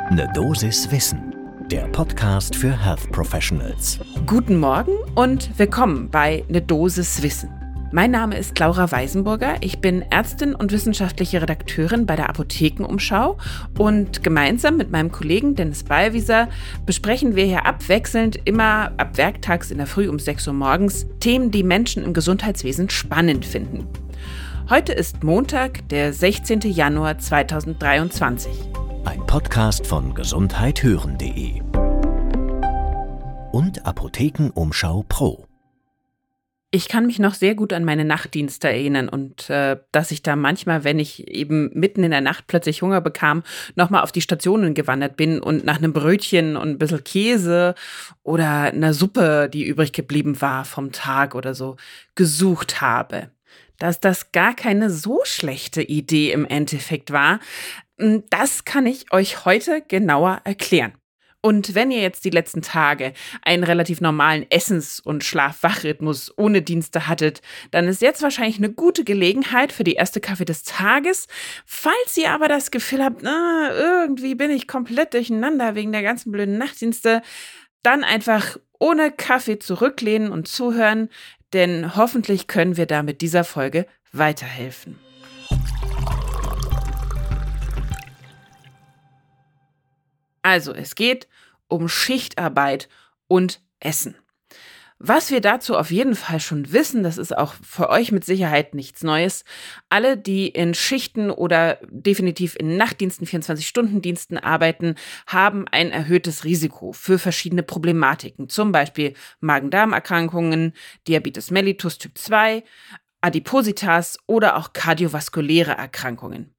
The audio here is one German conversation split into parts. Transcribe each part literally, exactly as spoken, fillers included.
Ne Dosis Wissen, der Podcast für Health Professionals. Guten Morgen und willkommen bei Ne Dosis Wissen. Mein Name ist Laura Weisenburger, ich bin Ärztin und wissenschaftliche Redakteurin bei der Apothekenumschau und gemeinsam mit meinem Kollegen Dennis Ballwieser besprechen wir hier abwechselnd immer ab werktags in der Früh um sechs Uhr morgens Themen, die Menschen im Gesundheitswesen spannend finden. Heute ist Montag, der sechzehnten Januar zweitausenddreiundzwanzig. Ein Podcast von gesundheit hören punkt de und Apothekenumschau Pro. Ich kann mich noch sehr gut an meine Nachtdienste erinnern und äh, dass ich da manchmal, wenn ich eben mitten in der Nacht plötzlich Hunger bekam, nochmal auf die Stationen gewandert bin und nach einem Brötchen und ein bisschen Käse oder einer Suppe, die übrig geblieben war vom Tag oder so, gesucht habe. Dass das gar keine so schlechte Idee im Endeffekt war, das kann ich euch heute genauer erklären. Und wenn ihr jetzt die letzten Tage einen relativ normalen Essens- und Schlaf-Wach-Rhythmus ohne Dienste hattet, dann ist jetzt wahrscheinlich eine gute Gelegenheit für die erste Kaffee des Tages. Falls ihr aber das Gefühl habt, na, irgendwie bin ich komplett durcheinander wegen der ganzen blöden Nachtdienste, dann einfach ohne Kaffee zurücklehnen und zuhören, denn hoffentlich können wir da mit dieser Folge weiterhelfen. Also, es geht um Schichtarbeit und Essen. Was wir dazu auf jeden Fall schon wissen, das ist auch für euch mit Sicherheit nichts Neues. Alle, die in Schichten oder definitiv in Nachtdiensten, vierundzwanzig-Stunden-Diensten arbeiten, haben ein erhöhtes Risiko für verschiedene Problematiken. Zum Beispiel Magen-Darm-Erkrankungen, Diabetes mellitus Typ zwei, Adipositas oder auch kardiovaskuläre Erkrankungen.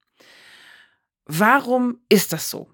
Warum ist das so?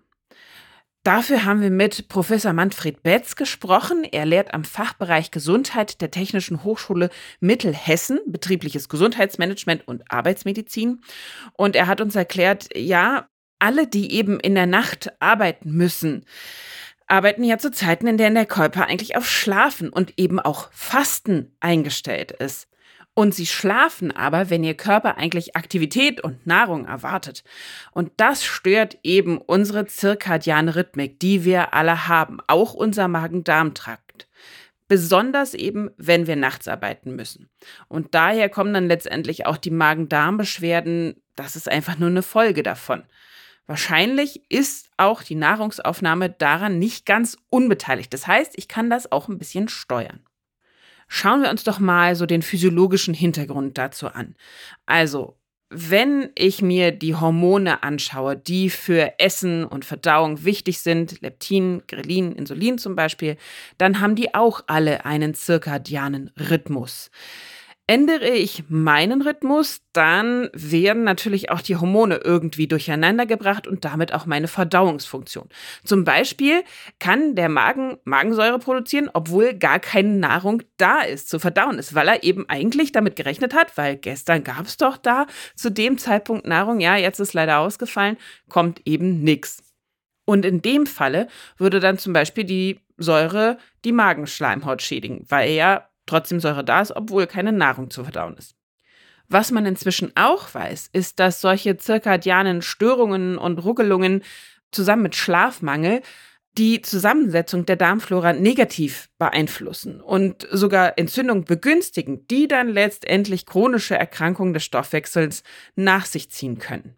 Dafür haben wir mit Professor Manfred Betz gesprochen. Er lehrt am Fachbereich Gesundheit der Technischen Hochschule Mittelhessen, betriebliches Gesundheitsmanagement und Arbeitsmedizin. Und er hat uns erklärt, ja, alle, die eben in der Nacht arbeiten müssen, arbeiten ja zu Zeiten, in denen der Körper eigentlich auf Schlafen und eben auch Fasten eingestellt ist. Und sie schlafen aber, wenn ihr Körper eigentlich Aktivität und Nahrung erwartet. Und das stört eben unsere zirkadiane Rhythmik, die wir alle haben, auch unser Magen-Darm-Trakt. Besonders eben, wenn wir nachts arbeiten müssen. Und daher kommen dann letztendlich auch die Magen-Darm-Beschwerden. Das ist einfach nur eine Folge davon. Wahrscheinlich ist auch die Nahrungsaufnahme daran nicht ganz unbeteiligt. Das heißt, ich kann das auch ein bisschen steuern. Schauen wir uns doch mal so den physiologischen Hintergrund dazu an. Also, wenn ich mir die Hormone anschaue, die für Essen und Verdauung wichtig sind, Leptin, Grelin, Insulin zum Beispiel, dann haben die auch alle einen zirkadianen Rhythmus. Ändere ich meinen Rhythmus, dann werden natürlich auch die Hormone irgendwie durcheinander gebracht und damit auch meine Verdauungsfunktion. Zum Beispiel kann der Magen Magensäure produzieren, obwohl gar keine Nahrung da ist, zu verdauen ist, weil er eben eigentlich damit gerechnet hat, weil gestern gab es doch da zu dem Zeitpunkt Nahrung, ja, jetzt ist leider ausgefallen, kommt eben nichts. Und in dem Falle würde dann zum Beispiel die Säure die Magenschleimhaut schädigen, weil ja trotzdem Säure da ist, obwohl keine Nahrung zu verdauen ist. Was man inzwischen auch weiß, ist, dass solche zirkadianen Störungen und Ruckelungen zusammen mit Schlafmangel die Zusammensetzung der Darmflora negativ beeinflussen und sogar Entzündungen begünstigen, die dann letztendlich chronische Erkrankungen des Stoffwechsels nach sich ziehen können.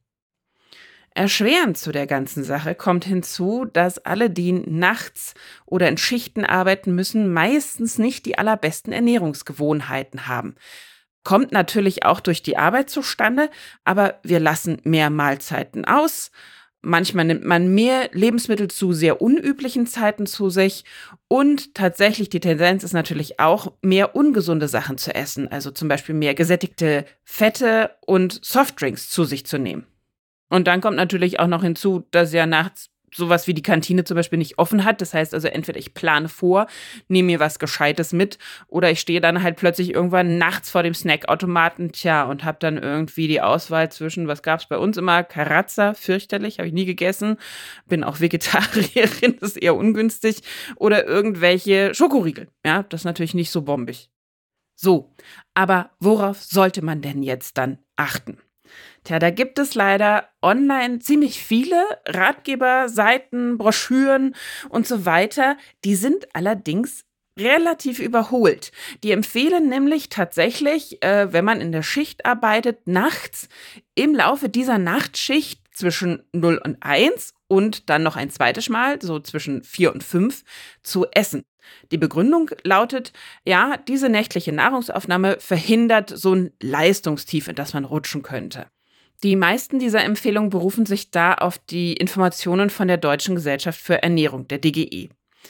Erschwerend zu der ganzen Sache kommt hinzu, dass alle, die nachts oder in Schichten arbeiten müssen, meistens nicht die allerbesten Ernährungsgewohnheiten haben. Kommt natürlich auch durch die Arbeit zustande, aber wir lassen mehr Mahlzeiten aus. Manchmal nimmt man mehr Lebensmittel zu sehr unüblichen Zeiten zu sich und tatsächlich die Tendenz ist natürlich auch, mehr ungesunde Sachen zu essen, also zum Beispiel mehr gesättigte Fette und Softdrinks zu sich zu nehmen. Und dann kommt natürlich auch noch hinzu, dass ja nachts sowas wie die Kantine zum Beispiel nicht offen hat. Das heißt also entweder ich plane vor, nehme mir was Gescheites mit oder ich stehe dann halt plötzlich irgendwann nachts vor dem Snackautomaten, tja, und habe dann irgendwie die Auswahl zwischen, was gab es bei uns immer, Karazza, fürchterlich, habe ich nie gegessen, bin auch Vegetarierin, das ist eher ungünstig, oder irgendwelche Schokoriegel. Ja, das ist natürlich nicht so bombig. So, aber worauf sollte man denn jetzt dann achten? Tja, da gibt es leider online ziemlich viele Ratgeber, Seiten, Broschüren und so weiter. Die sind allerdings relativ überholt. Die empfehlen nämlich tatsächlich, äh, wenn man in der Schicht arbeitet, nachts im Laufe dieser Nachtschicht zwischen null und eins und dann noch ein zweites Mal, so zwischen vier und fünf, zu essen. Die Begründung lautet, ja, diese nächtliche Nahrungsaufnahme verhindert so ein Leistungstief, in das man rutschen könnte. Die meisten dieser Empfehlungen berufen sich da auf die Informationen von der Deutschen Gesellschaft für Ernährung, der D G E.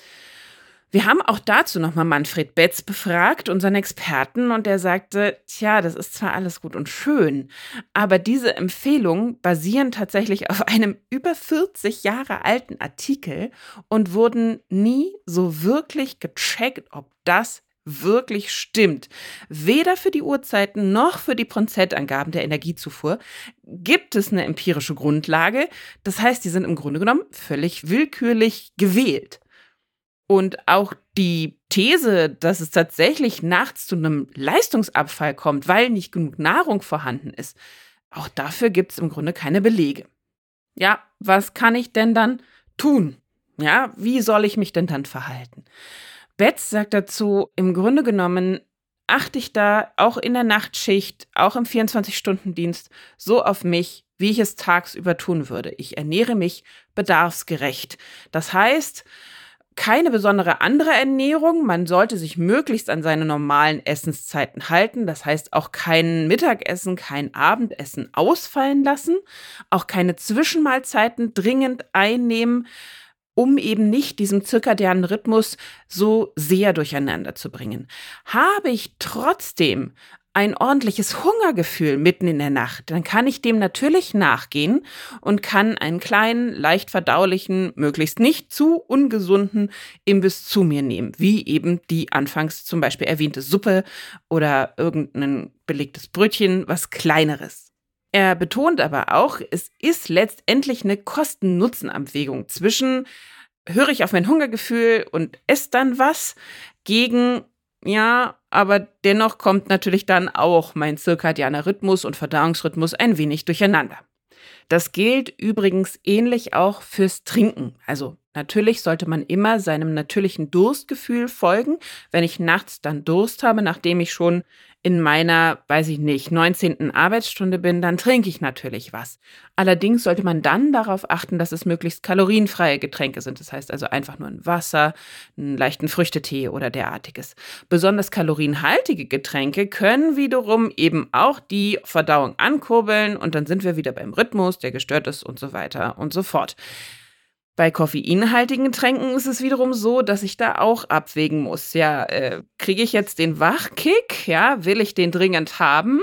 Wir haben auch dazu nochmal Manfred Betz befragt, unseren Experten, und der sagte, tja, das ist zwar alles gut und schön, aber diese Empfehlungen basieren tatsächlich auf einem über vierzig Jahre alten Artikel und wurden nie so wirklich gecheckt, ob das wirklich stimmt. Weder für die Uhrzeiten noch für die Prozentangaben der Energiezufuhr gibt es eine empirische Grundlage. Das heißt, die sind im Grunde genommen völlig willkürlich gewählt. Und auch die These, dass es tatsächlich nachts zu einem Leistungsabfall kommt, weil nicht genug Nahrung vorhanden ist, auch dafür gibt es im Grunde keine Belege. Ja, was kann ich denn dann tun? Ja, wie soll ich mich denn dann verhalten? Betz sagt dazu, im Grunde genommen achte ich da auch in der Nachtschicht, auch im vierundzwanzig-Stunden-Dienst so auf mich, wie ich es tagsüber tun würde. Ich ernähre mich bedarfsgerecht. Das heißt, keine besondere andere Ernährung. Man sollte sich möglichst an seine normalen Essenszeiten halten. Das heißt auch kein Mittagessen, kein Abendessen ausfallen lassen. Auch keine Zwischenmahlzeiten dringend einnehmen, um eben nicht diesem zirkadianen Rhythmus so sehr durcheinander zu bringen. Habe ich trotzdem ein ordentliches Hungergefühl mitten in der Nacht, dann kann ich dem natürlich nachgehen und kann einen kleinen, leicht verdaulichen, möglichst nicht zu ungesunden Imbiss zu mir nehmen, wie eben die anfangs zum Beispiel erwähnte Suppe oder irgendein belegtes Brötchen, was Kleineres. Er betont aber auch, es ist letztendlich eine Kosten-Nutzen-Abwägung zwischen, höre ich auf mein Hungergefühl und esse dann was, gegen, ja, aber dennoch kommt natürlich dann auch mein zirkadianer Rhythmus und Verdauungsrhythmus ein wenig durcheinander. Das gilt übrigens ähnlich auch fürs Trinken. Also natürlich sollte man immer seinem natürlichen Durstgefühl folgen. Wenn ich nachts dann Durst habe, nachdem ich schon in meiner, weiß ich nicht, neunzehnten Arbeitsstunde bin, dann trinke ich natürlich was. Allerdings sollte man dann darauf achten, dass es möglichst kalorienfreie Getränke sind. Das heißt also einfach nur ein Wasser, einen leichten Früchtetee oder derartiges. Besonders kalorienhaltige Getränke können wiederum eben auch die Verdauung ankurbeln und dann sind wir wieder beim Rhythmus, der gestört ist und so weiter und so fort. Bei koffeinhaltigen Getränken ist es wiederum so, dass ich da auch abwägen muss. Ja, äh, kriege ich jetzt den Wachkick? Ja, will ich den dringend haben?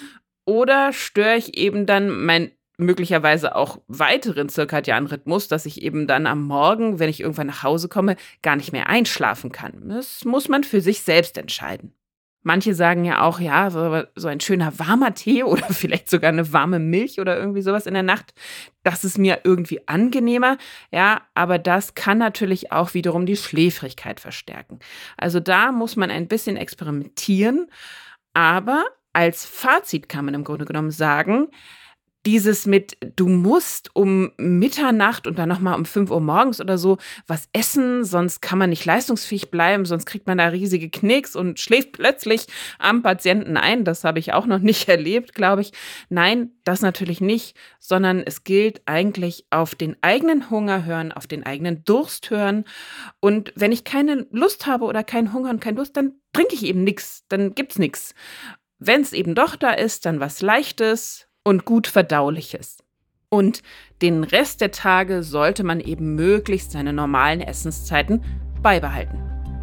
Oder störe ich eben dann meinen möglicherweise auch weiteren zirkadianen Rhythmus, dass ich eben dann am Morgen, wenn ich irgendwann nach Hause komme, gar nicht mehr einschlafen kann? Das muss man für sich selbst entscheiden. Manche sagen ja auch, ja, so, so ein schöner warmer Tee oder vielleicht sogar eine warme Milch oder irgendwie sowas in der Nacht, das ist mir irgendwie angenehmer. Ja, aber das kann natürlich auch wiederum die Schläfrigkeit verstärken. Also da muss man ein bisschen experimentieren. Aber als Fazit kann man im Grunde genommen sagen, dieses mit, du musst um Mitternacht und dann nochmal um fünf Uhr morgens oder so was essen, sonst kann man nicht leistungsfähig bleiben, sonst kriegt man da riesige Knicks und schläft plötzlich am Patienten ein. Das habe ich auch noch nicht erlebt, glaube ich. Nein, das natürlich nicht, sondern es gilt eigentlich auf den eigenen Hunger hören, auf den eigenen Durst hören. Und wenn ich keine Lust habe oder keinen Hunger und keinen Durst, dann trinke ich eben nichts, dann gibt's nichts. Wenn es eben doch da ist, dann was Leichtes und gut Verdauliches. Und den Rest der Tage sollte man eben möglichst seine normalen Essenszeiten beibehalten.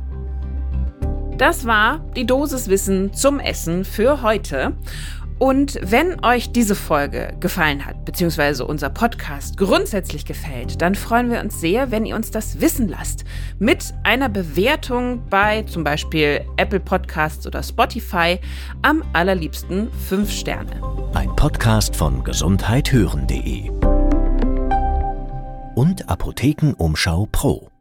Das war die Dosis Wissen zum Essen für heute. Und wenn euch diese Folge gefallen hat, beziehungsweise unser Podcast grundsätzlich gefällt, dann freuen wir uns sehr, wenn ihr uns das wissen lasst. Mit einer Bewertung bei zum Beispiel Apple Podcasts oder Spotify, am allerliebsten fünf Sterne. Ein Podcast von gesundheit hören punkt de und Apothekenumschau Pro.